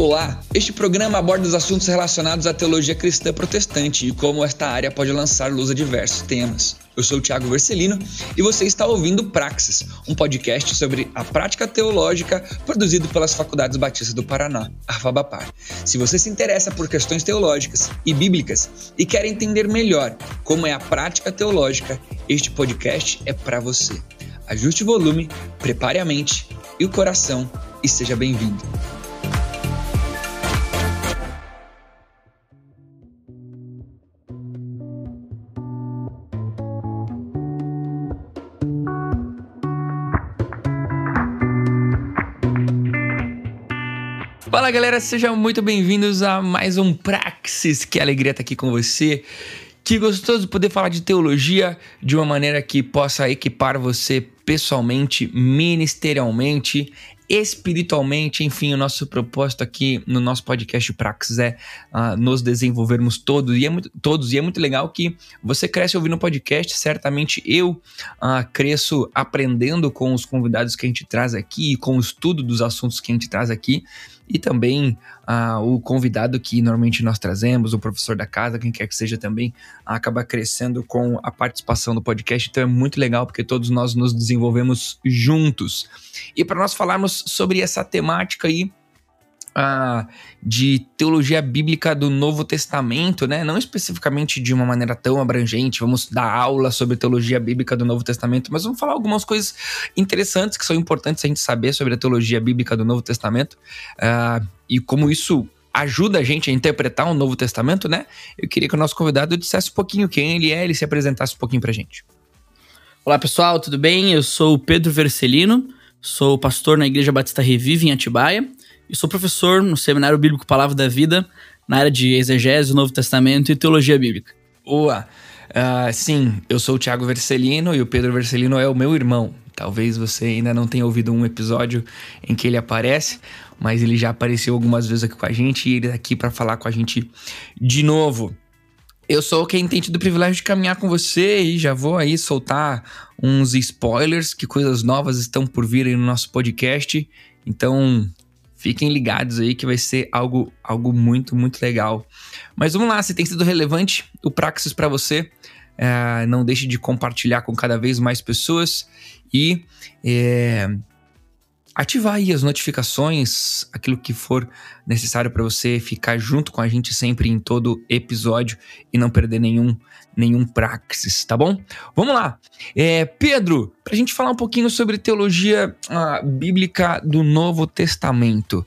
Olá, este programa aborda os assuntos relacionados à teologia cristã protestante e como esta área pode lançar luz a diversos temas. Eu sou o Thiago Vercelino e você está ouvindo Praxis, um podcast sobre a prática teológica produzido pelas Faculdades Batistas do Paraná, a FABAPAR. Se você se interessa por questões teológicas e bíblicas e quer entender melhor como é a prática teológica, este podcast é para você. Ajuste o volume, prepare a mente e o coração e seja bem-vindo. Fala galera, sejam muito bem-vindos a mais um Praxis, que alegria estar aqui com você. Que gostoso poder falar de teologia de uma maneira que possa equipar você pessoalmente, ministerialmente, espiritualmente. Enfim, o nosso propósito aqui no nosso podcast Praxis é nos desenvolvermos todos. E é muito legal que você cresce ouvindo o podcast. Certamente eu cresço aprendendo com os convidados que a gente traz aqui, com o estudo dos assuntos que a gente traz aqui. E também o convidado que normalmente nós trazemos, o professor da casa, quem quer que seja também, acaba crescendo com a participação do podcast. Então é muito legal porque todos nós nos desenvolvemos juntos. E para nós falarmos sobre essa temática aí, de teologia bíblica do Novo Testamento, né? Não especificamente de uma maneira tão abrangente, vamos dar aula sobre teologia bíblica do Novo Testamento, mas vamos falar algumas coisas interessantes que são importantes a gente saber sobre a teologia bíblica do Novo Testamento e como isso ajuda a gente a interpretar o Novo Testamento, né? Eu queria que o nosso convidado dissesse um pouquinho quem ele é, ele se apresentasse um pouquinho pra gente. Olá pessoal, tudo bem? Eu sou o Pedro Vercelino, sou pastor na Igreja Batista Revive em Atibaia, e sou professor no Seminário Bíblico Palavra da Vida, na área de exegese, Novo Testamento e teologia bíblica. Boa! Sim, eu sou o Thiago Vercelino e o Pedro Vercelino é o meu irmão. Talvez você ainda não tenha ouvido um episódio em que ele aparece, mas ele já apareceu algumas vezes aqui com a gente e ele é aqui para falar com a gente de novo. Eu sou quem tem tido o privilégio de caminhar com você e já vou aí soltar uns spoilers, que coisas novas estão por vir aí no nosso podcast. Então fiquem ligados aí que vai ser algo muito, muito legal. Mas vamos lá, se tem sido relevante o Praxis para você, não deixe de compartilhar com cada vez mais pessoas e ativar aí as notificações, aquilo que for necessário para você ficar junto com a gente sempre em todo episódio e não perder nenhum Praxis, tá bom? Vamos lá. Pedro, pra gente falar um pouquinho sobre teologia bíblica do Novo Testamento.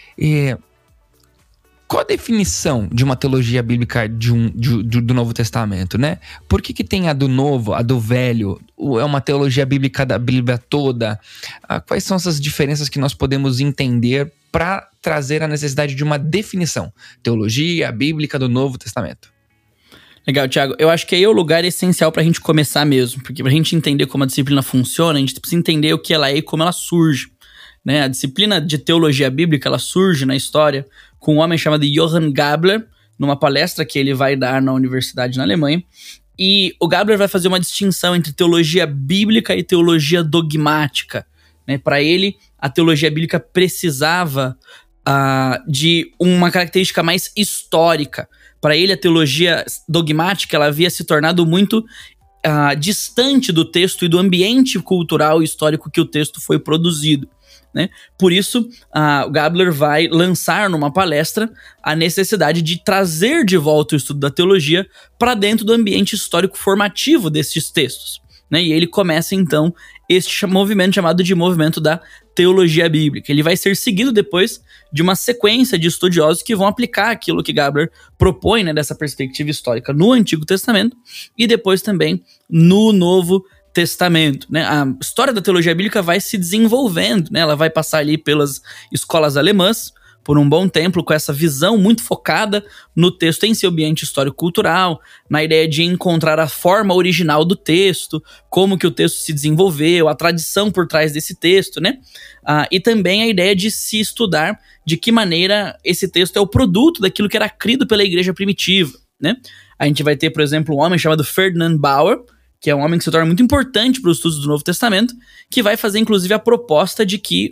Qual a definição de uma teologia bíblica do Novo Testamento, né? Por que tem a do Novo, a do Velho? É uma teologia bíblica da Bíblia toda? Quais são essas diferenças que nós podemos entender para trazer a necessidade de uma definição? Teologia bíblica do Novo Testamento. Legal, Thiago. Eu acho que aí é o lugar essencial pra gente começar mesmo, porque pra gente entender como a disciplina funciona, a gente precisa entender o que ela é e como ela surge, né? A disciplina de teologia bíblica, ela surge na história com um homem chamado Johann Gabler, numa palestra que ele vai dar na universidade na Alemanha, e o Gabler vai fazer uma distinção entre teologia bíblica e teologia dogmática, né? Para ele, a teologia bíblica precisava de uma característica mais histórica. Para ele, a teologia dogmática ela havia se tornado muito distante do texto e do ambiente cultural e histórico que o texto foi produzido, né? Por isso, o Gabler vai lançar numa palestra a necessidade de trazer de volta o estudo da teologia para dentro do ambiente histórico formativo desses textos, né? E ele começa, então, este movimento chamado de movimento da teologia bíblica. Ele vai ser seguido depois de uma sequência de estudiosos que vão aplicar aquilo que Gabler propõe, né, dessa perspectiva histórica no Antigo Testamento e depois também no Novo Testamento, né? A história da teologia bíblica vai se desenvolvendo, né? Ela vai passar ali pelas escolas alemãs por um bom tempo, com essa visão muito focada no texto em seu ambiente histórico-cultural, na ideia de encontrar a forma original do texto, como que o texto se desenvolveu, a tradição por trás desse texto, né? E também a ideia de se estudar de que maneira esse texto é o produto daquilo que era crido pela igreja primitiva, né? A gente vai ter, por exemplo, um homem chamado Ferdinand Bauer, que é um homem que se torna muito importante para os estudos do Novo Testamento, que vai fazer, inclusive, a proposta de que no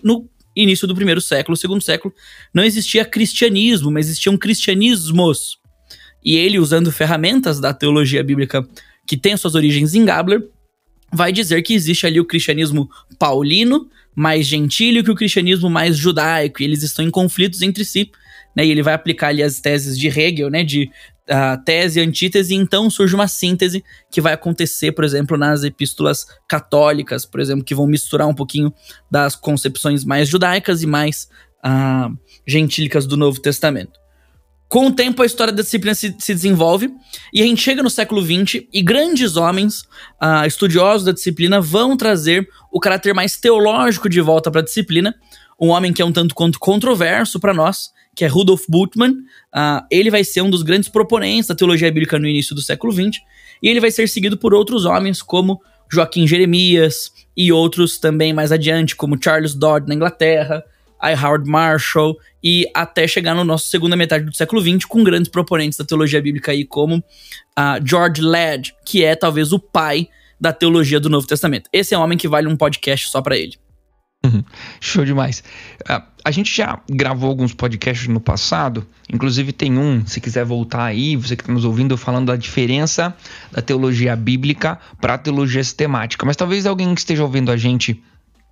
início do primeiro século, segundo século, não existia cristianismo, mas existiam cristianismos. E ele, usando ferramentas da teologia bíblica que tem suas origens em Gabler, vai dizer que existe ali o cristianismo paulino, mais gentílio, que o cristianismo mais judaico, e eles estão em conflitos entre si, né? E ele vai aplicar ali as teses de Hegel, né? De tese e antítese, e então surge uma síntese que vai acontecer, por exemplo, nas epístolas católicas, por exemplo, que vão misturar um pouquinho das concepções mais judaicas e mais gentílicas do Novo Testamento. Com o tempo, a história da disciplina se desenvolve, e a gente chega no século XX, e grandes homens, estudiosos da disciplina, vão trazer o caráter mais teológico de volta para a disciplina. Um homem que é um tanto quanto controverso para nós, que é Rudolf Bultmann. Ele vai ser um dos grandes proponentes da teologia bíblica no início do século XX, e ele vai ser seguido por outros homens como Joaquim Jeremias, e outros também mais adiante, como Charles Dodd na Inglaterra, I. Howard Marshall, e até chegar no nosso segunda metade do século XX, com grandes proponentes da teologia bíblica aí, como George Ladd, que é talvez o pai da teologia do Novo Testamento. Esse é um homem que vale um podcast só pra ele. Show demais. A gente já gravou alguns podcasts no passado, inclusive tem um, se quiser voltar aí, você que está nos ouvindo, falando da diferença da teologia bíblica para a teologia sistemática. Mas talvez alguém que esteja ouvindo a gente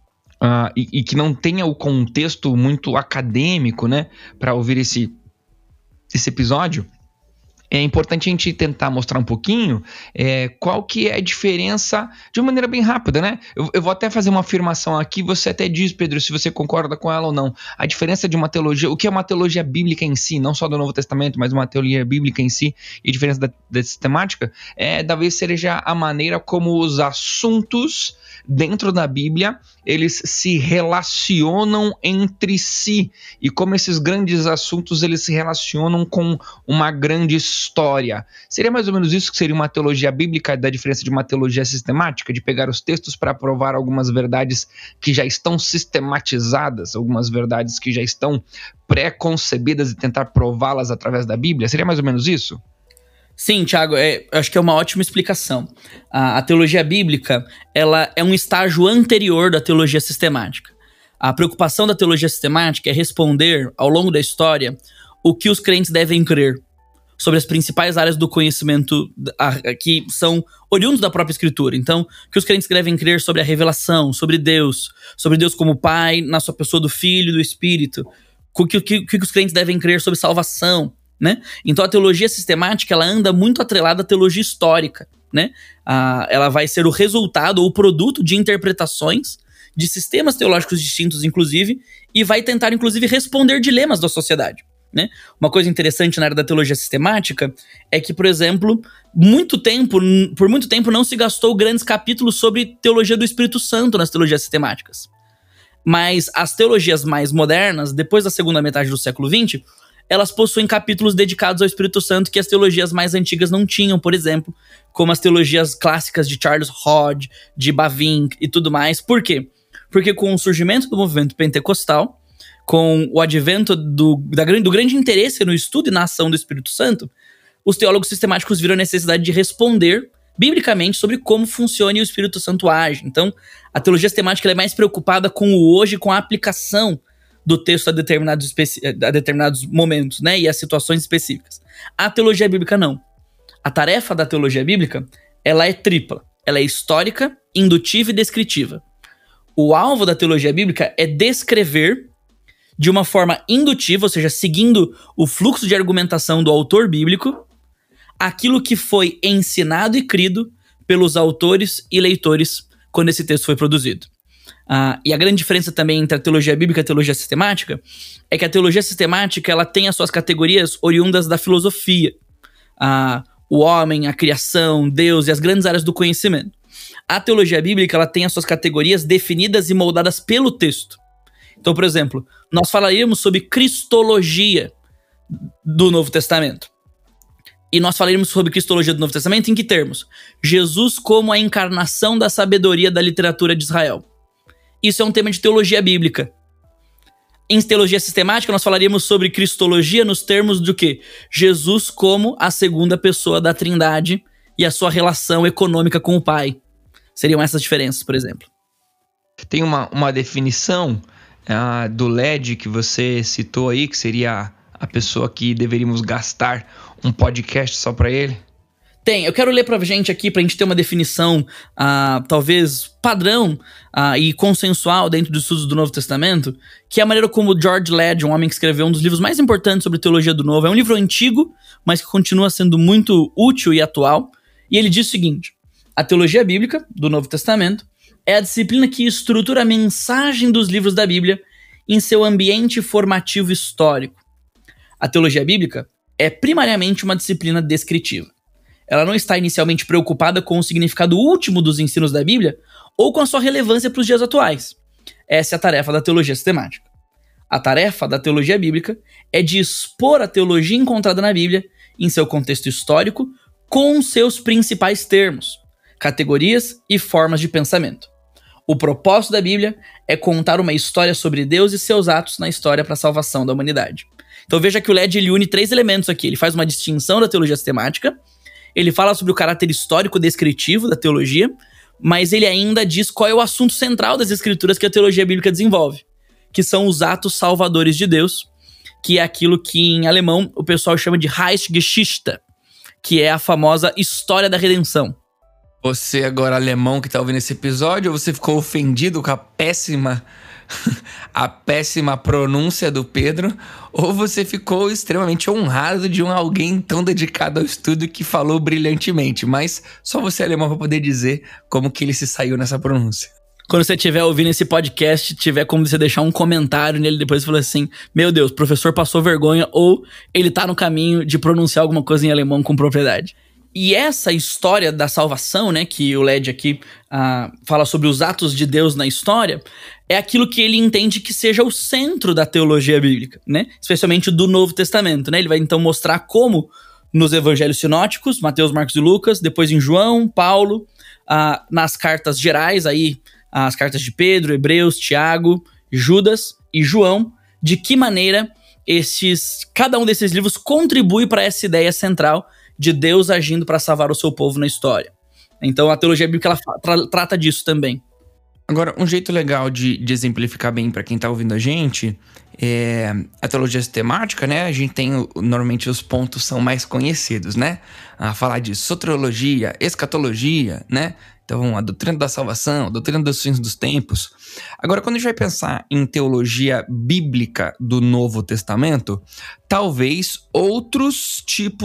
e que não tenha o contexto muito acadêmico, né, para ouvir esse episódio, é importante a gente tentar mostrar um pouquinho qual que é a diferença de uma maneira bem rápida, né? Eu vou até fazer uma afirmação aqui, você até diz, Pedro, se você concorda com ela ou não. A diferença de uma teologia, o que é uma teologia bíblica em si, não só do Novo Testamento, mas uma teologia bíblica em si, e a diferença da sistemática, talvez seja a maneira como os assuntos dentro da Bíblia, eles se relacionam entre si, e como esses grandes assuntos, eles se relacionam com uma grande história. Seria mais ou menos isso que seria uma teologia bíblica, da diferença de uma teologia sistemática, de pegar os textos para provar algumas verdades que já estão sistematizadas, algumas verdades que já estão pré-concebidas e tentar prová-las através da Bíblia? Seria mais ou menos isso? Sim, Thiago, acho que é uma ótima explicação. A teologia bíblica, ela é um estágio anterior da teologia sistemática. A preocupação da teologia sistemática é responder, ao longo da história, o que os crentes devem crer sobre as principais áreas do conhecimento que são oriundos da própria Escritura. Então, o que os crentes devem crer sobre a revelação, sobre Deus como Pai, na sua pessoa do Filho e do Espírito. O que os crentes devem crer sobre salvação, né? Então a teologia sistemática, ela anda muito atrelada à teologia histórica, né? Ela vai ser o resultado ou o produto de interpretações de sistemas teológicos distintos, inclusive, e vai tentar, inclusive, responder dilemas da sociedade, né? Uma coisa interessante na área da teologia sistemática é que, por exemplo, por muito tempo não se gastou grandes capítulos sobre teologia do Espírito Santo nas teologias sistemáticas. Mas as teologias mais modernas, depois da segunda metade do século XX, elas possuem capítulos dedicados ao Espírito Santo que as teologias mais antigas não tinham, por exemplo, como as teologias clássicas de Charles Hodge, de Bavinck e tudo mais. Por quê? Porque com o surgimento do movimento pentecostal, com o advento do grande interesse no estudo e na ação do Espírito Santo, os teólogos sistemáticos viram a necessidade de responder biblicamente sobre como funciona e o Espírito Santo age. Então, a teologia sistemática ela é mais preocupada com o hoje, com a aplicação do texto a determinados momentos, né, e as situações específicas. A teologia bíblica não. A tarefa da teologia bíblica, ela é tripla. Ela é histórica, indutiva e descritiva. O alvo da teologia bíblica é descrever de uma forma indutiva, ou seja, seguindo o fluxo de argumentação do autor bíblico, aquilo que foi ensinado e crido pelos autores e leitores quando esse texto foi produzido. E a grande diferença também entre a teologia bíblica e a teologia sistemática é que a teologia sistemática ela tem as suas categorias oriundas da filosofia. O homem, a criação, Deus e as grandes áreas do conhecimento. A teologia bíblica ela tem as suas categorias definidas e moldadas pelo texto. Então, por exemplo, nós falaríamos sobre cristologia do Novo Testamento. E nós falaríamos sobre cristologia do Novo Testamento em que termos? Jesus como a encarnação da sabedoria da literatura de Israel. Isso é um tema de teologia bíblica. Em teologia sistemática, nós falaríamos sobre cristologia nos termos do quê? Jesus como a segunda pessoa da Trindade e a sua relação econômica com o Pai. Seriam essas diferenças, por exemplo. Tem uma definição do LED que você citou aí, que seria a pessoa que deveríamos gastar um podcast só para ele? Tem, eu quero ler pra gente aqui, pra gente ter uma definição, talvez padrão e consensual dentro dos estudos do Novo Testamento, que é a maneira como George Led, um homem que escreveu um dos livros mais importantes sobre teologia do Novo, é um livro antigo, mas que continua sendo muito útil e atual, e ele diz o seguinte: a teologia bíblica do Novo Testamento é a disciplina que estrutura a mensagem dos livros da Bíblia em seu ambiente formativo histórico. A teologia bíblica é primariamente uma disciplina descritiva. Ela não está inicialmente preocupada com o significado último dos ensinos da Bíblia ou com a sua relevância para os dias atuais. Essa é a tarefa da teologia sistemática. A tarefa da teologia bíblica é de expor a teologia encontrada na Bíblia em seu contexto histórico com seus principais termos, categorias e formas de pensamento. O propósito da Bíblia é contar uma história sobre Deus e seus atos na história para a salvação da humanidade. Então veja que o LED ele une 3 elementos aqui. Ele faz uma distinção da teologia sistemática, ele fala sobre o caráter histórico descritivo da teologia, mas ele ainda diz qual é o assunto central das escrituras que a teologia bíblica desenvolve, que são os atos salvadores de Deus, que é aquilo que em alemão o pessoal chama de Heilsgeschichte, que é a famosa história da redenção. Você agora alemão que tá ouvindo esse episódio, ou você ficou ofendido com a péssima pronúncia do Pedro, ou você ficou extremamente honrado de alguém tão dedicado ao estudo que falou brilhantemente, mas só você alemão vai poder dizer como que ele se saiu nessa pronúncia. Quando você estiver ouvindo esse podcast, tiver como você deixar um comentário nele depois e falar assim: meu Deus, o professor passou vergonha, ou ele tá no caminho de pronunciar alguma coisa em alemão com propriedade. E essa história da salvação, né, que o LED aqui fala sobre os atos de Deus na história, é aquilo que ele entende que seja o centro da teologia bíblica, né, especialmente do Novo Testamento, né. Ele vai então mostrar como nos evangelhos sinóticos, Mateus, Marcos e Lucas, depois em João, Paulo, nas cartas gerais, aí as cartas de Pedro, Hebreus, Tiago, Judas e João, de que maneira cada um desses livros contribui para essa ideia central de Deus agindo para salvar o seu povo na história. Então a teologia bíblica ela trata disso também. Agora, um jeito legal de exemplificar bem para quem tá ouvindo a gente é a teologia sistemática, né? A gente tem, normalmente, os pontos são mais conhecidos, né? Falar de soteriologia, escatologia, né? Então, a doutrina da salvação, a doutrina dos fins dos tempos. Agora, quando a gente vai pensar em teologia bíblica do Novo Testamento, talvez outros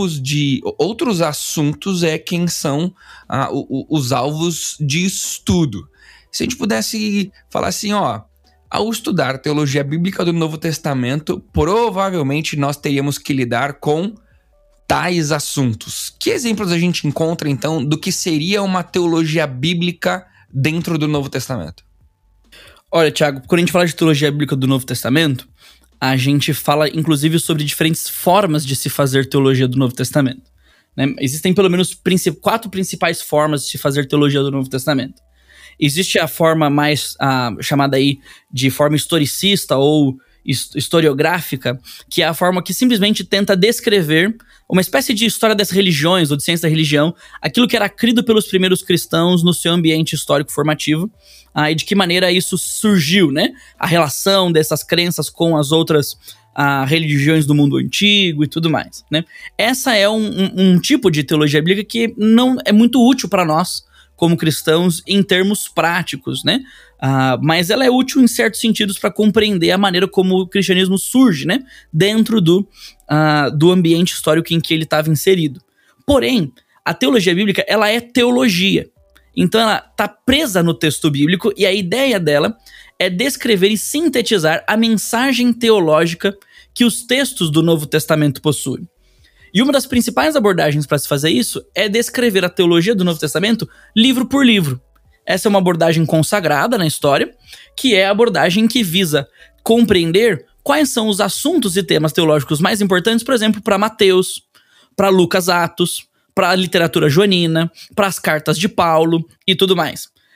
assuntos quem são os alvos de estudo. Se a gente pudesse falar assim, ao estudar teologia bíblica do Novo Testamento, provavelmente nós teríamos que lidar com tais assuntos. Que exemplos a gente encontra, então, do que seria uma teologia bíblica dentro do Novo Testamento? Olha, Thiago, quando a gente fala de teologia bíblica do Novo Testamento, a gente fala, inclusive, sobre diferentes formas de se fazer teologia do Novo Testamento, né? Existem, pelo menos, 4 principais formas de se fazer teologia do Novo Testamento. Existe a forma mais chamada aí de forma historicista ou historiográfica, que é a forma que simplesmente tenta descrever uma espécie de história das religiões ou de ciência da religião, aquilo que era crido pelos primeiros cristãos no seu ambiente histórico formativo, e de que maneira isso surgiu, né? A relação dessas crenças com as outras religiões do mundo antigo e tudo mais, né? Essa é um tipo de teologia bíblica que não é muito útil para nós como cristãos em termos práticos, né? Mas ela é útil em certos sentidos para compreender a maneira como o cristianismo surge, né? Dentro do ambiente histórico em que ele estava inserido. Porém, a teologia bíblica, ela é teologia. Então ela está presa no texto bíblico e a ideia dela é descrever e sintetizar a mensagem teológica que os textos do Novo Testamento possuem. E uma das principais abordagens para se fazer isso é descrever a teologia do Novo Testamento livro por livro. Essa é uma abordagem consagrada na história, que é a abordagem que visa compreender quais são os assuntos e temas teológicos mais importantes, por exemplo, para Mateus, para Lucas, Atos, para a literatura joanina, para as cartas de Paulo e tudo mais.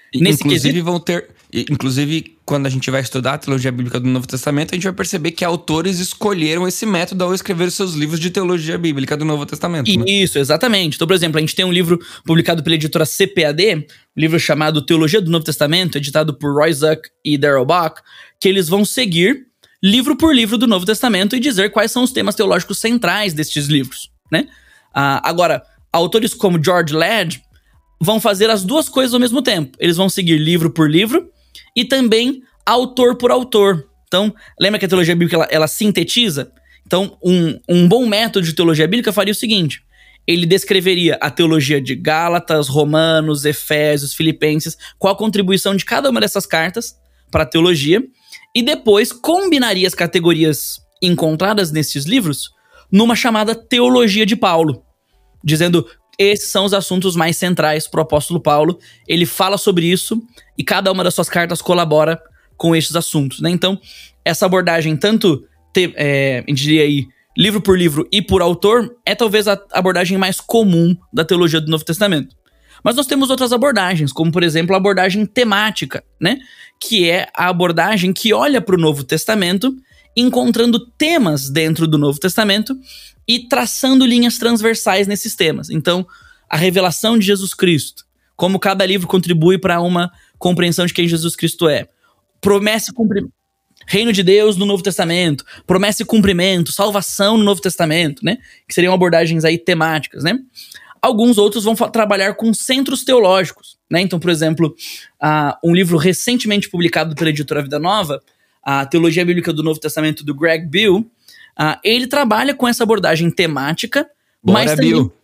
Inclusive, quando a gente vai estudar a teologia bíblica do Novo Testamento, a gente vai perceber que autores escolheram esse método ao escrever os seus livros de teologia bíblica do Novo Testamento. Né? Isso, exatamente. Então, por exemplo, a gente tem um livro publicado pela editora CPAD, um livro chamado Teologia do Novo Testamento, editado por Roy Zuck e Darrell Bock, que eles vão seguir livro por livro do Novo Testamento e dizer quais são os temas teológicos centrais destes livros, né? Agora, autores como George Ladd vão fazer as duas coisas ao mesmo tempo. Eles vão seguir livro por livro e também autor por autor. Então, lembra que a teologia bíblica ela sintetiza? Então, um bom método de teologia bíblica faria o seguinte: ele descreveria a teologia de Gálatas, Romanos, Efésios, Filipenses, qual a contribuição de cada uma dessas cartas para a teologia, e depois combinaria as categorias encontradas nesses livros numa chamada teologia de Paulo, dizendo esses são os assuntos mais centrais para o apóstolo Paulo. Ele fala sobre isso e cada uma das suas cartas colabora com esses assuntos, né? Então, essa abordagem, tanto, eu diria aí, livro por livro e por autor, é talvez a abordagem mais comum da teologia do Novo Testamento. Mas nós temos outras abordagens, como, por exemplo, a abordagem temática, né? Que é a abordagem que olha para o Novo Testamento, encontrando temas dentro do Novo Testamento e traçando linhas transversais nesses temas. Então, a revelação de Jesus Cristo, como cada livro contribui para uma compreensão de quem Jesus Cristo é. Promessa e cumprimento. Reino de Deus no Novo Testamento, promessa e cumprimento, salvação no Novo Testamento, né? Que seriam abordagens aí temáticas, né? Alguns outros vão trabalhar com centros teológicos, né? Então, por exemplo, um livro recentemente publicado pela editora Vida Nova, a Teologia Bíblica do Novo Testamento, do Greg Beale, ele trabalha com essa abordagem temática, Bora, mas também... Bill.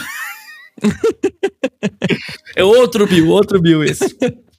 É outro Bill esse.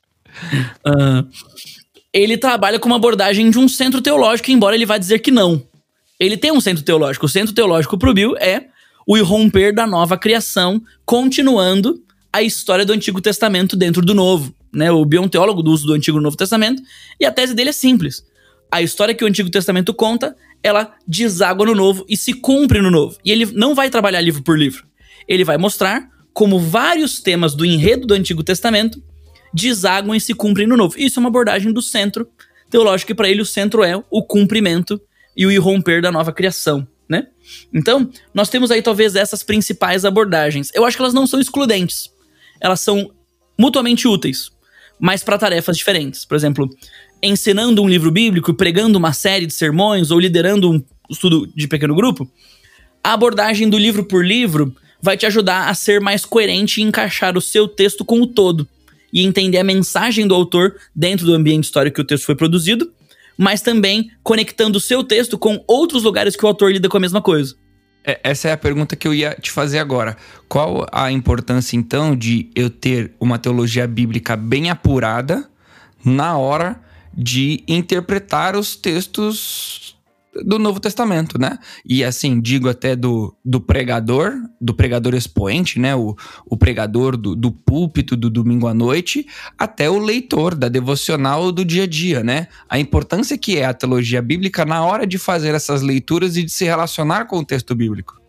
Ele trabalha com uma abordagem de um centro teológico, embora ele vá dizer que não. Ele tem um centro teológico. O centro teológico pro Bill é o irromper da nova criação, continuando a história do Antigo Testamento dentro do Novo, né? O Bill é um teólogo do uso do Antigo e do Novo Testamento, e a tese dele é simples. A história que o Antigo Testamento conta, ela deságua no Novo e se cumpre no Novo. E ele não vai trabalhar livro por livro. Ele vai mostrar como vários temas do enredo do Antigo Testamento desaguam e se cumprem no Novo. Isso é uma abordagem do centro teológico, e para ele o centro é o cumprimento e o irromper da nova criação, né? Então, nós temos aí talvez essas principais abordagens. Eu acho que elas não são excludentes. Elas são mutuamente úteis, mas para tarefas diferentes. Por exemplo, ensinando um livro bíblico, pregando uma série de sermões ou liderando um estudo de pequeno grupo, a abordagem do livro por livro vai te ajudar a ser mais coerente e encaixar o seu texto com o todo e entender a mensagem do autor dentro do ambiente histórico que o texto foi produzido, mas também conectando o seu texto com outros lugares que o autor lida com a mesma coisa. Essa é a pergunta que eu ia te fazer agora. Qual a importância, então, de eu ter uma teologia bíblica bem apurada na hora de interpretar os textos do Novo Testamento, né? E assim, digo até do pregador expoente, né? O pregador do púlpito do domingo à noite, até o leitor da devocional do dia a dia, né? A importância que é a teologia bíblica na hora de fazer essas leituras e de se relacionar com o texto bíblico.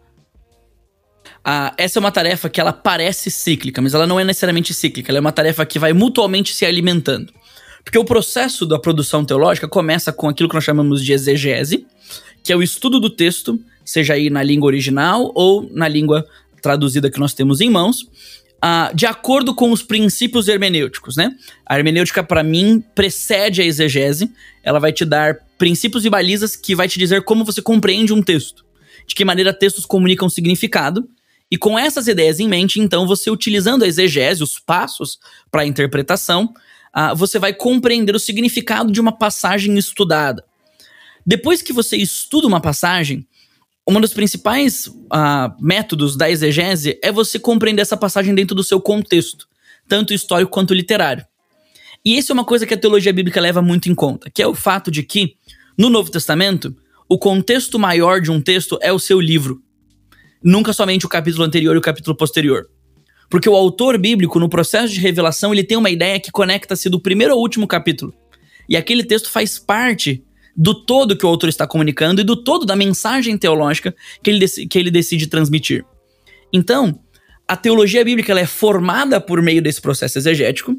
Essa é uma tarefa que ela parece cíclica, mas ela não é necessariamente cíclica. Ela é uma tarefa que vai mutuamente se alimentando. Porque o processo da produção teológica começa com aquilo que nós chamamos de exegese, que é o estudo do texto, seja aí na língua original ou na língua traduzida que nós temos em mãos, de acordo com os princípios hermenêuticos, né? A hermenêutica, para mim, precede a exegese. Ela vai te dar princípios e balizas que vai te dizer como você compreende um texto, de que maneira textos comunicam significado. E com essas ideias em mente, então, você utilizando a exegese, os passos para a interpretação, você vai compreender o significado de uma passagem estudada. Depois que você estuda uma passagem, um dos principais métodos da exegese é você compreender essa passagem dentro do seu contexto, tanto histórico quanto literário. E isso é uma coisa que a teologia bíblica leva muito em conta, que é o fato de que, no Novo Testamento, o contexto maior de um texto é o seu livro, nunca somente o capítulo anterior e o capítulo posterior. Porque o autor bíblico, no processo de revelação, ele tem uma ideia que conecta-se do primeiro ao último capítulo. E aquele texto faz parte do todo que o autor está comunicando e do todo da mensagem teológica que ele decide transmitir. Então, a teologia bíblica ela é formada por meio desse processo exegético,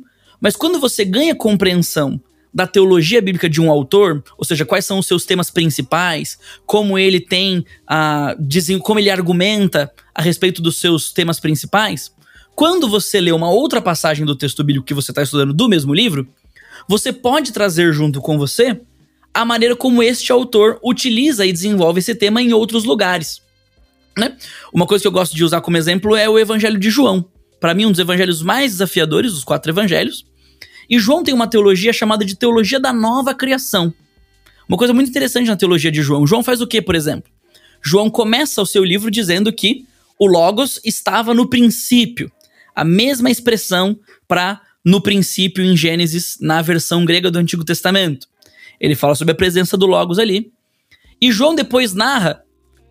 Mas quando você ganha compreensão da teologia bíblica de um autor, ou seja, quais são os seus temas principais, como ele tem, como ele argumenta a respeito dos seus temas principais, quando você lê uma outra passagem do texto bíblico que você está estudando do mesmo livro, você pode trazer junto com você a maneira como este autor utiliza e desenvolve esse tema em outros lugares, né? Uma coisa que eu gosto de usar como exemplo é o Evangelho de João. Para mim, um dos evangelhos mais desafiadores, dos 4 evangelhos. E João tem uma teologia chamada de teologia da nova criação. Uma coisa muito interessante na teologia de João. João faz o quê, por exemplo? João começa o seu livro dizendo que o Logos estava no princípio. A mesma expressão para no princípio em Gênesis, na versão grega do Antigo Testamento. Ele fala sobre a presença do Logos ali. E João depois narra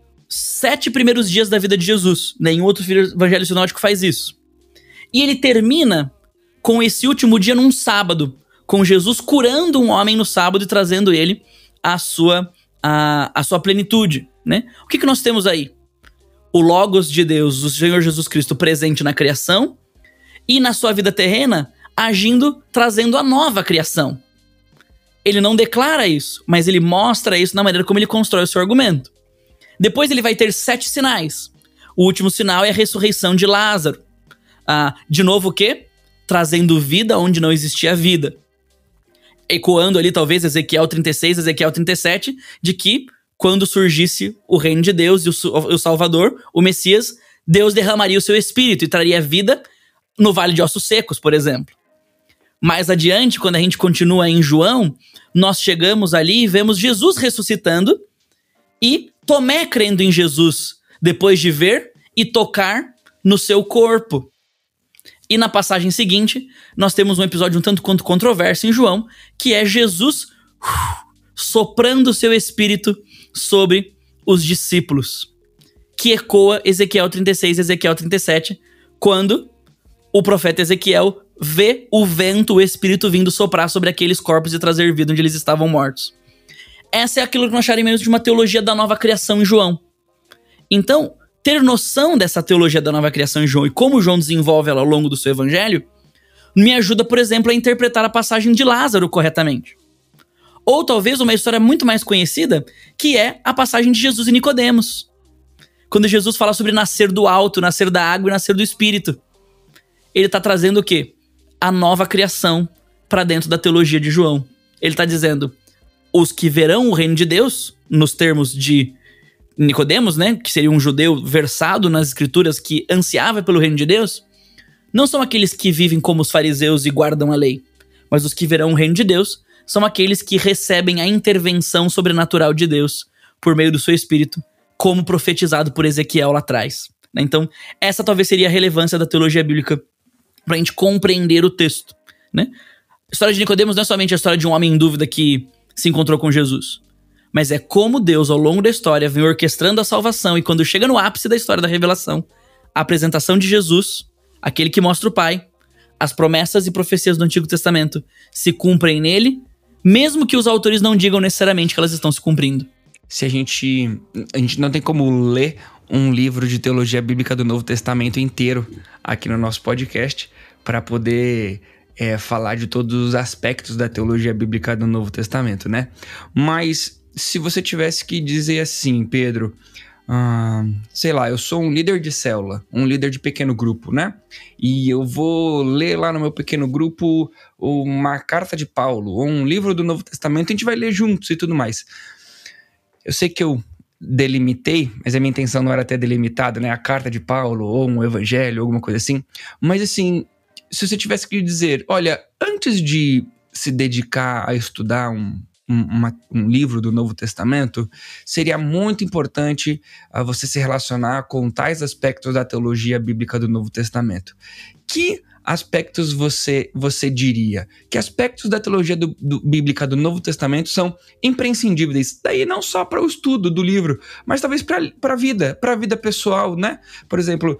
7 primeiros dias da vida de Jesus. Nenhum outro evangelho sinótico faz isso. E ele termina com esse último dia num sábado, com Jesus curando um homem no sábado e trazendo ele à sua plenitude, né? O que nós temos aí? O Logos de Deus, o Senhor Jesus Cristo presente na criação e na sua vida terrena, agindo, trazendo a nova criação. Ele não declara isso, mas ele mostra isso na maneira como ele constrói o seu argumento. Depois ele vai ter 7 sinais. O último sinal é a ressurreição de Lázaro. De novo o quê? Trazendo vida onde não existia vida. Ecoando ali talvez Ezequiel 36, Ezequiel 37, de que quando surgisse o reino de Deus e o Salvador, o Messias, Deus derramaria o seu espírito e traria vida no Vale de Ossos Secos, por exemplo. Mais adiante, quando a gente continua em João, nós chegamos ali e vemos Jesus ressuscitando e Tomé crendo em Jesus, depois de ver e tocar no seu corpo. E na passagem seguinte, nós temos um episódio um tanto quanto controverso em João, que é Jesus soprando o seu espírito sobre os discípulos, que ecoa Ezequiel 36 e Ezequiel 37, quando o profeta Ezequiel vê o vento, o espírito vindo soprar sobre aqueles corpos e trazer vida onde eles estavam mortos. Essa é aquilo que nós chamaremos de uma teologia da nova criação em João. Então, ter noção dessa teologia da nova criação em João e como João desenvolve ela ao longo do seu evangelho, me ajuda, por exemplo, a interpretar a passagem de Lázaro corretamente. Ou talvez uma história muito mais conhecida, que é a passagem de Jesus e Nicodemos. Quando Jesus fala sobre nascer do alto, nascer da água e nascer do espírito. Ele está trazendo o quê? A nova criação para dentro da teologia de João. Ele está dizendo, os que verão o reino de Deus, nos termos de Nicodemos, né, que seria um judeu versado nas escrituras que ansiava pelo reino de Deus, não são aqueles que vivem como os fariseus e guardam a lei, mas os que verão o reino de Deus são aqueles que recebem a intervenção sobrenatural de Deus por meio do seu espírito, como profetizado por Ezequiel lá atrás. Então, essa talvez seria a relevância da teologia bíblica para a gente compreender o texto, né? A história de Nicodemos não é somente a história de um homem em dúvida que se encontrou com Jesus, mas é como Deus, ao longo da história, vem orquestrando a salvação e quando chega no ápice da história da revelação, a apresentação de Jesus, aquele que mostra o Pai, as promessas e profecias do Antigo Testamento se cumprem nele, mesmo que os autores não digam necessariamente que elas estão se cumprindo. Se a gente não tem como ler um livro de teologia bíblica do Novo Testamento inteiro aqui no nosso podcast para poder falar de todos os aspectos da teologia bíblica do Novo Testamento, né? Mas se você tivesse que dizer assim, Pedro, sei lá, eu sou um líder de célula, um líder de pequeno grupo, né? E eu vou ler lá no meu pequeno grupo uma carta de Paulo, ou um livro do Novo Testamento, a gente vai ler juntos e tudo mais. Eu sei que eu delimitei, mas a minha intenção não era ter delimitado, né? A carta de Paulo, ou um evangelho, alguma coisa assim. Mas assim, se você tivesse que dizer, olha, antes de se dedicar a estudar um livro do Novo Testamento, seria muito importante você se relacionar com tais aspectos da teologia bíblica do Novo Testamento. Que aspectos você diria? Que aspectos da teologia bíblica do Novo Testamento são imprescindíveis? Daí não só para o estudo do livro, mas talvez para a vida pessoal, né? Por exemplo,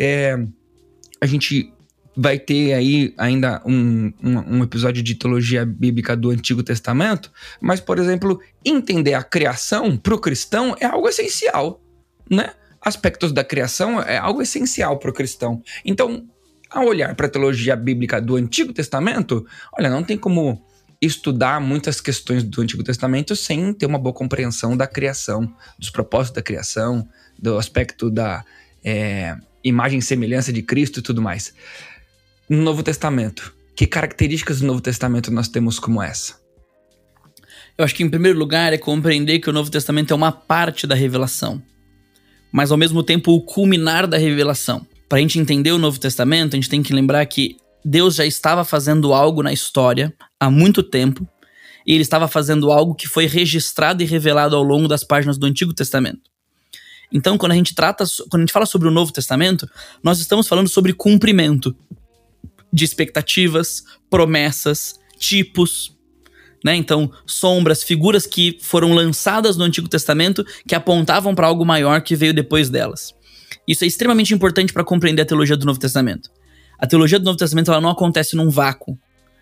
a gente vai ter aí ainda um episódio de teologia bíblica do Antigo Testamento, mas, por exemplo, entender a criação para o cristão é algo essencial, né? Aspectos da criação é algo essencial para o cristão. Então, ao olhar para a teologia bíblica do Antigo Testamento, olha, não tem como estudar muitas questões do Antigo Testamento sem ter uma boa compreensão da criação, dos propósitos da criação, do aspecto da imagem e semelhança de Cristo e tudo mais. No Novo Testamento, que características do Novo Testamento nós temos como essa? Eu acho que, em primeiro lugar, é compreender que o Novo Testamento é uma parte da revelação, mas, ao mesmo tempo, o culminar da revelação. Para a gente entender o Novo Testamento, a gente tem que lembrar que Deus já estava fazendo algo na história há muito tempo, e ele estava fazendo algo que foi registrado e revelado ao longo das páginas do Antigo Testamento. Então, quando a gente fala sobre o Novo Testamento, nós estamos falando sobre cumprimento de expectativas, promessas, tipos, né? Então, sombras, figuras que foram lançadas no Antigo Testamento que apontavam para algo maior que veio depois delas. Isso é extremamente importante para compreender a teologia do Novo Testamento. A teologia do Novo Testamento ela não acontece num vácuo.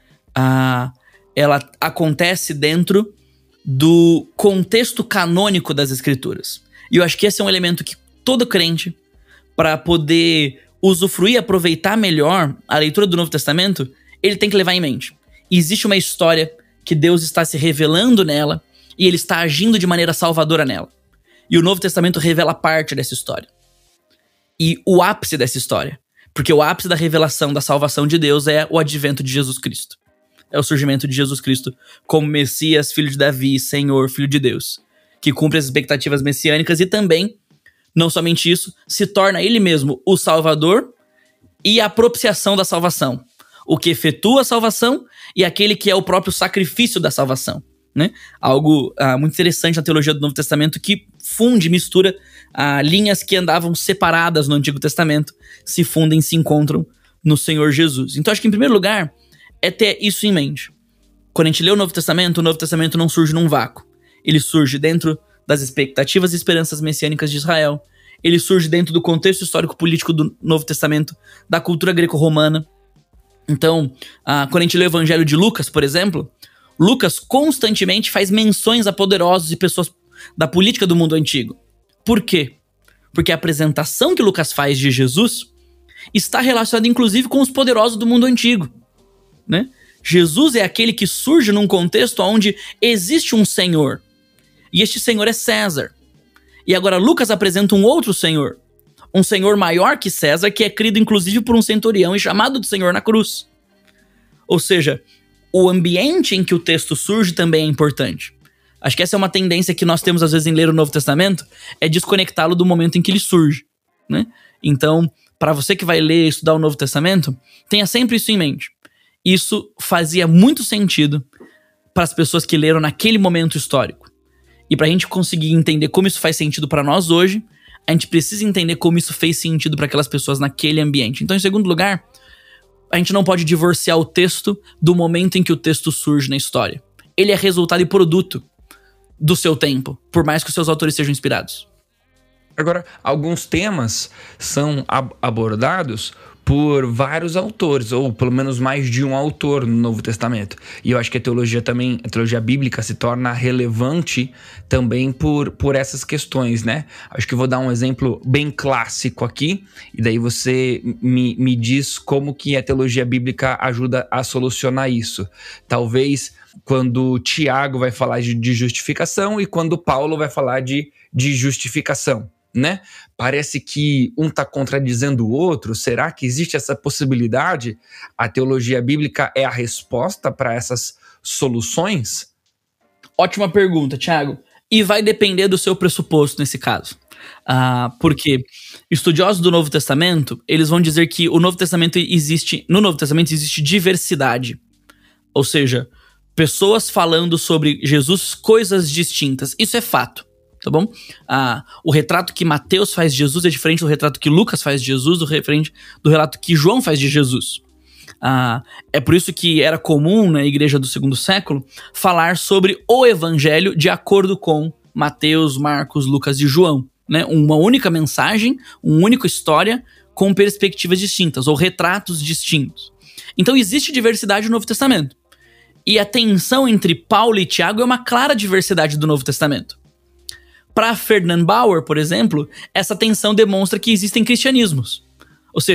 Ela acontece dentro do contexto canônico das Escrituras. E eu acho que esse é um elemento que todo crente, para poder usufruir e aproveitar melhor a leitura do Novo Testamento, ele tem que levar em mente. Existe uma história que Deus está se revelando nela e ele está agindo de maneira salvadora nela. E o Novo Testamento revela parte dessa história. E o ápice dessa história. Porque o ápice da revelação da salvação de Deus é o advento de Jesus Cristo. É o surgimento de Jesus Cristo como Messias, filho de Davi, Senhor, filho de Deus, que cumpre as expectativas messiânicas e também, não somente isso, se torna ele mesmo o Salvador e a propiciação da salvação. O que efetua a salvação e aquele que é o próprio sacrifício da salvação, né? Algo muito interessante na teologia do Novo Testamento que funde, mistura linhas que andavam separadas no Antigo Testamento, se fundem, se encontram no Senhor Jesus. Então acho que em primeiro lugar é ter isso em mente. Quando a gente lê o Novo Testamento não surge num vácuo. Ele surge dentro das expectativas e esperanças messiânicas de Israel. Ele surge dentro do contexto histórico-político do Novo Testamento, da cultura greco-romana. Então, quando a gente lê o Evangelho de Lucas, por exemplo, Lucas constantemente faz menções a poderosos e pessoas da política do mundo antigo. Por quê? Porque a apresentação que Lucas faz de Jesus está relacionada inclusive com os poderosos do mundo antigo, né? Jesus é aquele que surge num contexto onde existe um senhor, e este senhor é César. E agora Lucas apresenta um outro senhor, um senhor maior que César, que é crido inclusive por um centurião e chamado de Senhor na cruz. Ou seja, o ambiente em que o texto surge também é importante. Acho que essa é uma tendência que nós temos às vezes em ler o Novo Testamento, é desconectá-lo do momento em que ele surge, né? Então, para você que vai ler e estudar o Novo Testamento, tenha sempre isso em mente. Isso fazia muito sentido para as pessoas que leram naquele momento histórico. E para a gente conseguir entender como isso faz sentido para nós hoje, a gente precisa entender como isso fez sentido para aquelas pessoas naquele ambiente. Então, em segundo lugar, a gente não pode divorciar o texto do momento em que o texto surge na história. Ele é resultado e produto do seu tempo, por mais que os seus autores sejam inspirados. Agora, alguns temas são abordados por vários autores, ou pelo menos mais de um autor no Novo Testamento. E eu acho que a teologia bíblica se torna relevante também por essas questões, né? Acho que eu vou dar um exemplo bem clássico aqui, e daí você me diz como que a teologia bíblica ajuda a solucionar isso. Talvez quando Tiago vai falar de justificação e quando Paulo vai falar de justificação, né? Parece que um está contradizendo o outro. Será que existe essa possibilidade? A teologia bíblica é a resposta para essas soluções? Ótima pergunta, Thiago. E vai depender do seu pressuposto nesse caso. Porque estudiosos do Novo Testamento, eles vão dizer que no Novo Testamento existe diversidade. Ou seja, pessoas falando sobre Jesus, coisas distintas. Isso é fato. Tá bom? O retrato que Mateus faz de Jesus é diferente do retrato que Lucas faz de Jesus, do relato que João faz de Jesus. É por isso que era comum na igreja do segundo século falar sobre o evangelho de acordo com Mateus, Marcos, Lucas e João, né? Uma única mensagem, uma única história com perspectivas distintas ou retratos distintos. Então existe diversidade no Novo Testamento. E a tensão entre Paulo e Tiago é uma clara diversidade do Novo Testamento. Para Ferdinand Bauer, por exemplo, essa tensão demonstra que existem cristianismos. Ou seja,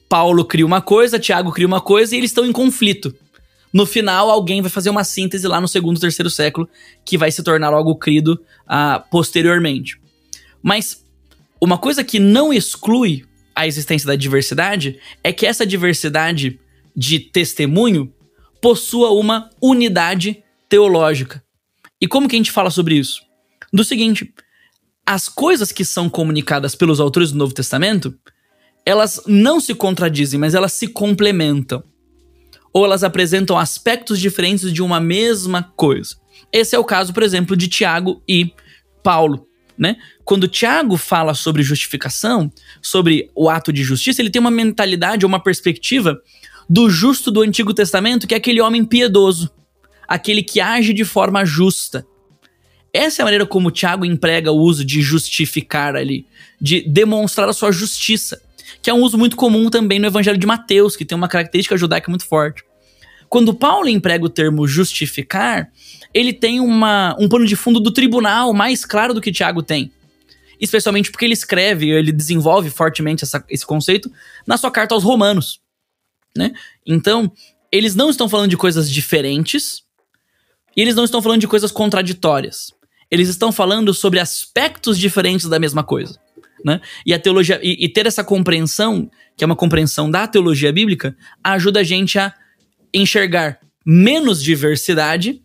Paulo cria uma coisa, Tiago cria uma coisa e eles estão em conflito. No final, alguém vai fazer uma síntese lá no 2º, 3º século que vai se tornar algo crido posteriormente. Mas uma coisa que não exclui a existência da diversidade é que essa diversidade de testemunho possua uma unidade teológica. E como que a gente fala sobre isso? Do seguinte, as coisas que são comunicadas pelos autores do Novo Testamento, elas não se contradizem, mas elas se complementam. Ou elas apresentam aspectos diferentes de uma mesma coisa. Esse é o caso, por exemplo, de Tiago e Paulo, né? Quando Tiago fala sobre justificação, sobre o ato de justiça, ele tem uma mentalidade, uma perspectiva do justo do Antigo Testamento, que é aquele homem piedoso, aquele que age de forma justa. Essa é a maneira como Tiago emprega o uso de justificar ali, de demonstrar a sua justiça, que é um uso muito comum também no Evangelho de Mateus, que tem uma característica judaica muito forte. Quando Paulo emprega o termo justificar, ele tem um pano de fundo do tribunal mais claro do que Tiago tem. Especialmente porque ele desenvolve fortemente esse conceito na sua carta aos Romanos, né? Então, eles não estão falando de coisas diferentes e eles não estão falando de coisas contraditórias. Eles estão falando sobre aspectos diferentes da mesma coisa, né? E a teologia, e ter essa compreensão, que é uma compreensão da teologia bíblica, ajuda a gente a enxergar menos diversidade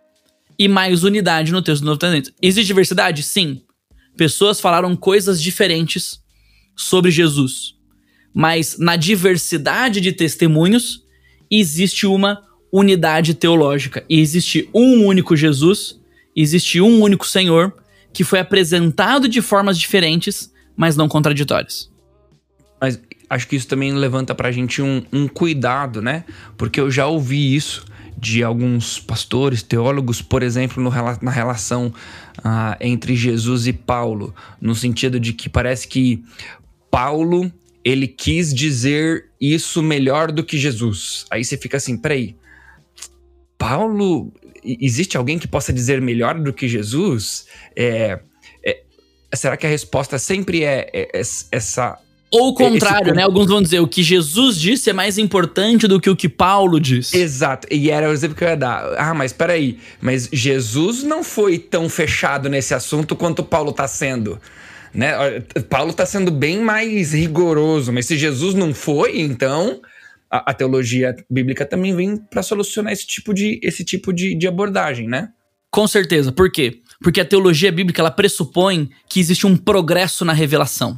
e mais unidade no texto do Novo Testamento. Existe diversidade? Sim. Pessoas falaram coisas diferentes sobre Jesus. Mas na diversidade de testemunhos existe uma unidade teológica. E existe um único Jesus, existe um único Senhor, que foi apresentado de formas diferentes, mas não contraditórias. Mas acho que isso também levanta pra gente um cuidado, né? Porque eu já ouvi isso de alguns pastores, teólogos, por exemplo, na relação entre Jesus e Paulo, no sentido de que parece que Paulo, ele quis dizer isso melhor do que Jesus. Aí você fica assim, peraí, Paulo, existe alguém que possa dizer melhor do que Jesus? Será que a resposta sempre é essa? Ou o contrário, né? Alguns vão dizer o que Jesus disse é mais importante do que o que Paulo disse. Exato, e era o exemplo que eu ia dar. Mas peraí, mas Jesus não foi tão fechado nesse assunto quanto Paulo tá sendo, né? Paulo tá sendo bem mais rigoroso, mas se Jesus não foi, então a teologia bíblica também vem para solucionar esse tipo de abordagem, né? Com certeza, por quê? Porque a teologia bíblica, ela pressupõe que existe um progresso na revelação.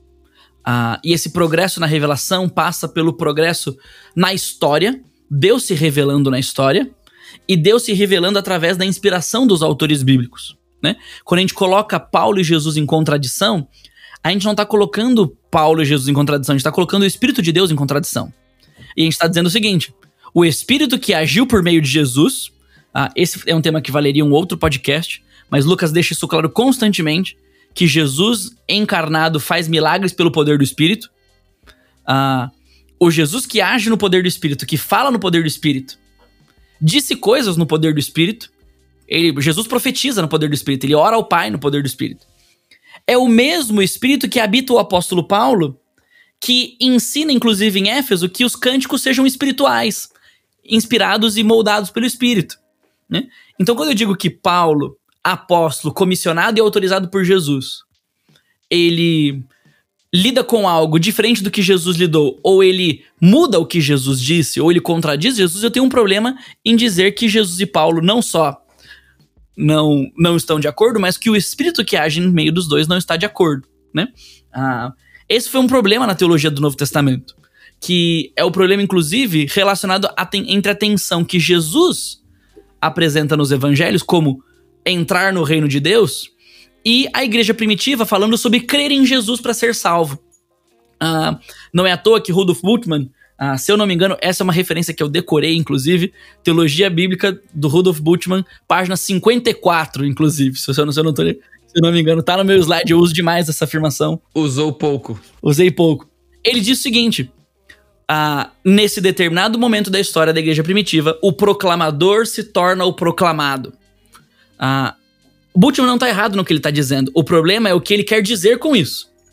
E esse progresso na revelação passa pelo progresso na história, Deus se revelando na história, e Deus se revelando através da inspiração dos autores bíblicos, né? Quando a gente coloca Paulo e Jesus em contradição, a gente não está colocando Paulo e Jesus em contradição, a gente está colocando o Espírito de Deus em contradição. E a gente está dizendo o seguinte, o Espírito que agiu por meio de Jesus, esse é um tema que valeria um outro podcast, mas Lucas deixa isso claro constantemente, que Jesus encarnado faz milagres pelo poder do Espírito. O Jesus que age no poder do Espírito, que fala no poder do Espírito, disse coisas no poder do Espírito. Jesus profetiza no poder do Espírito, ele ora ao Pai no poder do Espírito. É o mesmo Espírito que habita o apóstolo Paulo, que ensina, inclusive em Éfeso, que os cânticos sejam espirituais, inspirados e moldados pelo Espírito, né? Então, quando eu digo que Paulo, apóstolo, comissionado e autorizado por Jesus, ele lida com algo diferente do que Jesus lidou, ou ele muda o que Jesus disse, ou ele contradiz Jesus, eu tenho um problema em dizer que Jesus e Paulo não só não estão de acordo, mas que o Espírito que age no meio dos dois não está de acordo, né? Esse foi um problema na teologia do Novo Testamento, que é o problema, inclusive, relacionado entre a tensão que Jesus apresenta nos evangelhos como entrar no reino de Deus, e a igreja primitiva falando sobre crer em Jesus para ser salvo. Não é à toa que Rudolf Bultmann, se eu não me engano, essa é uma referência que eu decorei, inclusive, Teologia Bíblica do Rudolf Bultmann, página 54, inclusive, se eu não me engano, tá no meu slide, eu uso demais essa afirmação. Usou pouco. Usei pouco. Ele diz o seguinte, nesse determinado momento da história da igreja primitiva, o proclamador se torna o proclamado. Bultmann não está errado no que ele está dizendo. O problema é o que ele quer dizer com isso.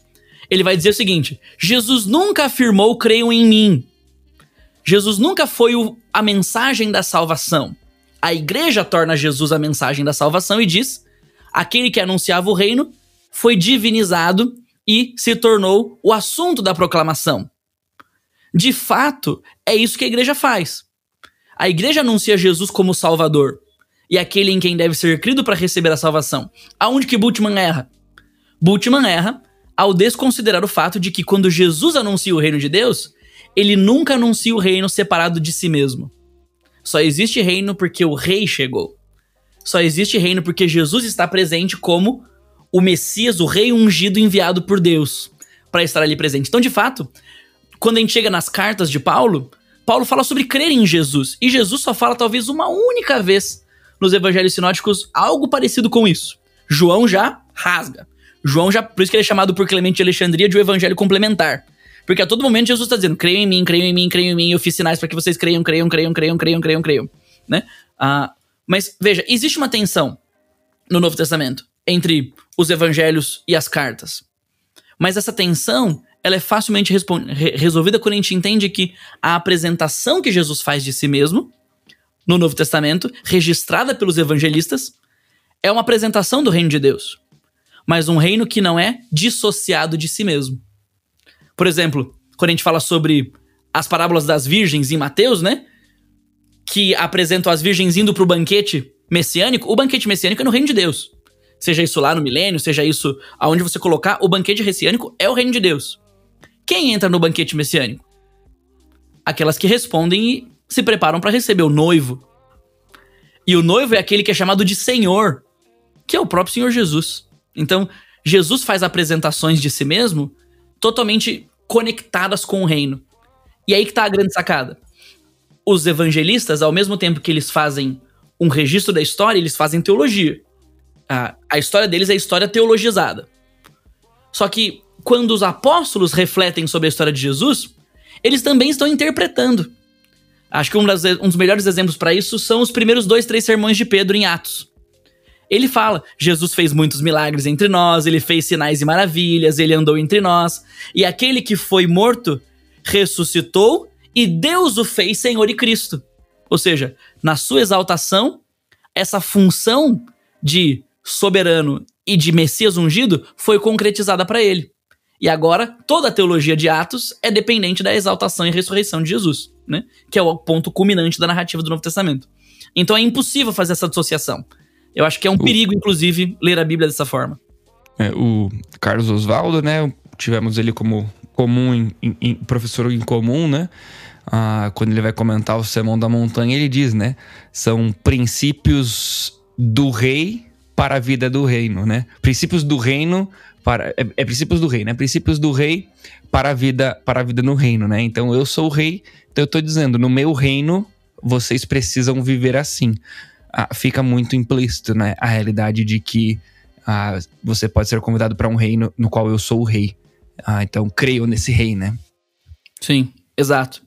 ele vai dizer o seguinte: Jesus nunca afirmou creiam em mim. Jesus nunca foi a mensagem da salvação. A igreja torna Jesus a mensagem da salvação e diz: aquele que anunciava o reino foi divinizado e se tornou o assunto da proclamação. De fato, é isso que a igreja faz. A igreja anuncia Jesus como Salvador e aquele em quem deve ser crido para receber a salvação. Aonde que Bultmann erra? Bultmann erra ao desconsiderar o fato de que quando Jesus anuncia o reino de Deus, ele nunca anuncia o reino separado de si mesmo. Só existe reino porque o rei chegou. Só existe reino porque Jesus está presente como o Messias, o rei ungido enviado por Deus para estar ali presente. Então, de fato, quando a gente chega nas cartas de Paulo, Paulo fala sobre crer em Jesus. E Jesus só fala talvez uma única vez nos evangelhos sinóticos algo parecido com isso. João já rasga. Por isso que ele é chamado por Clemente de Alexandria de o evangelho complementar. Porque a todo momento Jesus está dizendo: creiam em mim, creiam em mim, creiam em mim, eu fiz sinais para que vocês creiam, né? Mas veja, existe uma tensão no Novo Testamento entre os evangelhos e as cartas. Mas essa tensão, ela é facilmente resolvida quando a gente entende que a apresentação que Jesus faz de si mesmo no Novo Testamento, registrada pelos evangelistas, é uma apresentação do reino de Deus, mas um reino que não é dissociado de si mesmo. Por exemplo, quando a gente fala sobre as parábolas das virgens em Mateus, né? Que apresentam as virgens indo pro banquete messiânico. O banquete messiânico é no reino de Deus. Seja isso lá no milênio, seja isso aonde você colocar, o banquete messiânico é o reino de Deus. Quem entra no banquete messiânico? Aquelas que respondem e se preparam para receber o noivo. E o noivo é aquele que é chamado de Senhor, que é o próprio Senhor Jesus. Então, Jesus faz apresentações de si mesmo totalmente conectadas com o reino. E aí que tá a grande sacada. Os evangelistas, ao mesmo tempo que eles fazem um registro da história, eles fazem teologia. A história deles é a história teologizada. Só que quando os apóstolos refletem sobre a história de Jesus, eles também estão interpretando. Acho que um dos melhores exemplos para isso são os primeiros 2-3 sermões de Pedro em Atos. Ele fala: Jesus fez muitos milagres entre nós, ele fez sinais e maravilhas, ele andou entre nós, e aquele que foi morto ressuscitou e Deus o fez Senhor e Cristo. Ou seja, na sua exaltação, essa função de soberano e de Messias ungido foi concretizada para ele. E agora, toda a teologia de Atos é dependente da exaltação e ressurreição de Jesus, né? Que é o ponto culminante da narrativa do Novo Testamento. Então é impossível fazer essa dissociação. Eu acho que é um perigo, inclusive, ler a Bíblia dessa forma. O Carlos Oswaldo, né? Tivemos ele como professor em comum, né? Quando ele vai comentar o Sermão da Montanha, ele diz, né? São princípios do rei para a vida do reino, né? Princípios do reino para... princípios do rei, né? Princípios do rei para a vida no reino, né? Então, eu sou o rei, então eu tô dizendo, no meu reino, vocês precisam viver assim. Fica muito implícito, né? A realidade de que você pode ser convidado para um reino no qual eu sou o rei. Então, creio nesse rei, né? Sim, exato.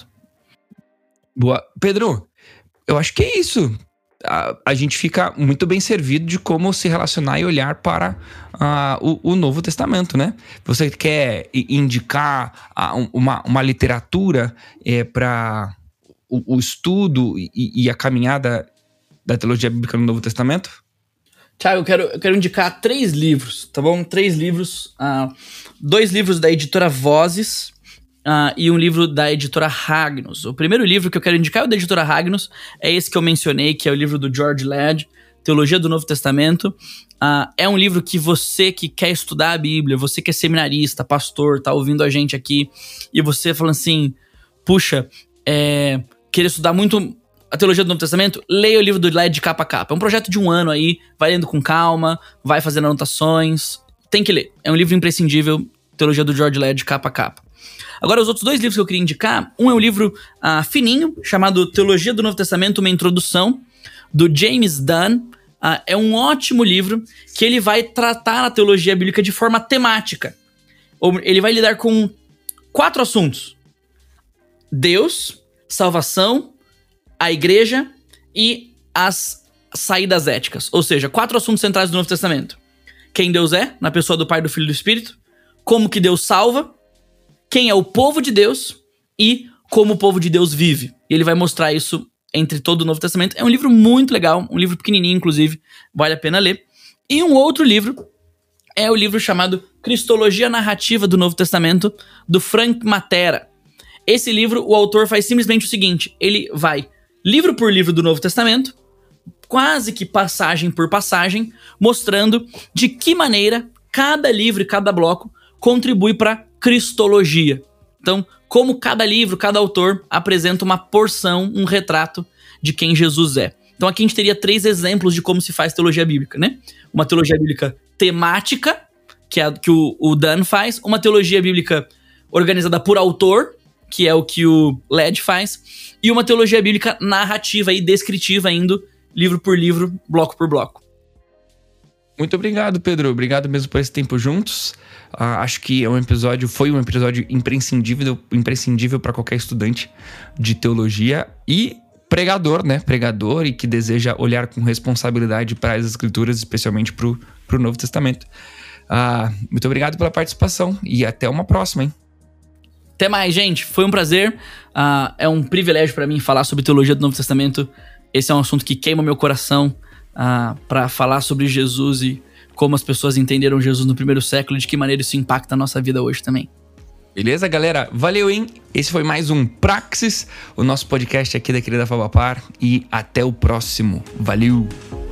Boa. Pedro, eu acho que é isso. A gente fica muito bem servido de como se relacionar e olhar para o Novo Testamento, né? Você quer indicar uma literatura para o estudo e a caminhada da teologia bíblica no Novo Testamento? Tiago, eu quero indicar 3 livros, tá bom? 3 livros. 2 livros da editora Vozes e um livro da editora Ragnos. O primeiro livro que eu quero indicar é o da editora Ragnos. É esse que eu mencionei, que é o livro do George Ladd, Teologia do Novo Testamento. É um livro que você que quer estudar a Bíblia, você que é seminarista, pastor, tá ouvindo a gente aqui, e você falando assim, puxa, querer estudar muito a teologia do Novo Testamento, leia o livro do Ladd de capa a capa. É um projeto de 1 ano aí, vai lendo com calma, vai fazendo anotações, tem que ler. É um livro imprescindível, Teologia do George Ladd de capa a capa. Agora, os outros 2 livros que eu queria indicar, um é um livro fininho, chamado Teologia do Novo Testamento, uma introdução, do James Dunn. É um ótimo livro que ele vai tratar a teologia bíblica de forma temática. Ele vai lidar com 4 assuntos: Deus, salvação, a igreja e as saídas éticas. Ou seja, 4 assuntos centrais do Novo Testamento: quem Deus é, na pessoa do Pai, do Filho e do Espírito; como que Deus salva, quem é o povo de Deus e como o povo de Deus vive. E ele vai mostrar isso entre todo o Novo Testamento. É um livro muito legal, um livro pequenininho, inclusive, vale a pena ler. E um outro livro é o livro chamado Cristologia Narrativa do Novo Testamento, do Frank Matera. Esse livro, o autor faz simplesmente o seguinte, ele vai livro por livro do Novo Testamento, quase que passagem por passagem, mostrando de que maneira cada livro e cada bloco contribui para a cristologia. Então, como cada livro, cada autor apresenta uma porção, um retrato de quem Jesus é. Então aqui a gente teria 3 exemplos de como se faz teologia bíblica, né? Uma teologia bíblica temática, que é a que o Dan faz, uma teologia bíblica organizada por autor, que é o que o Led faz, e uma teologia bíblica narrativa e descritiva, indo livro por livro, bloco por bloco. Muito obrigado, Pedro. Obrigado mesmo por esse tempo juntos. Acho que foi um episódio imprescindível para qualquer estudante de teologia e pregador, né? Pregador e que deseja olhar com responsabilidade para as Escrituras, especialmente para o Novo Testamento. Muito obrigado pela participação e até uma próxima, hein? Até mais, gente. Foi um prazer. É um privilégio para mim falar sobre teologia do Novo Testamento. Esse é um assunto que queima meu coração para falar sobre Jesus e como as pessoas entenderam Jesus no primeiro século e de que maneira isso impacta a nossa vida hoje também. Beleza, galera? Valeu, hein? Esse foi mais um Praxis, o nosso podcast aqui da querida Fabapar. E até o próximo. Valeu!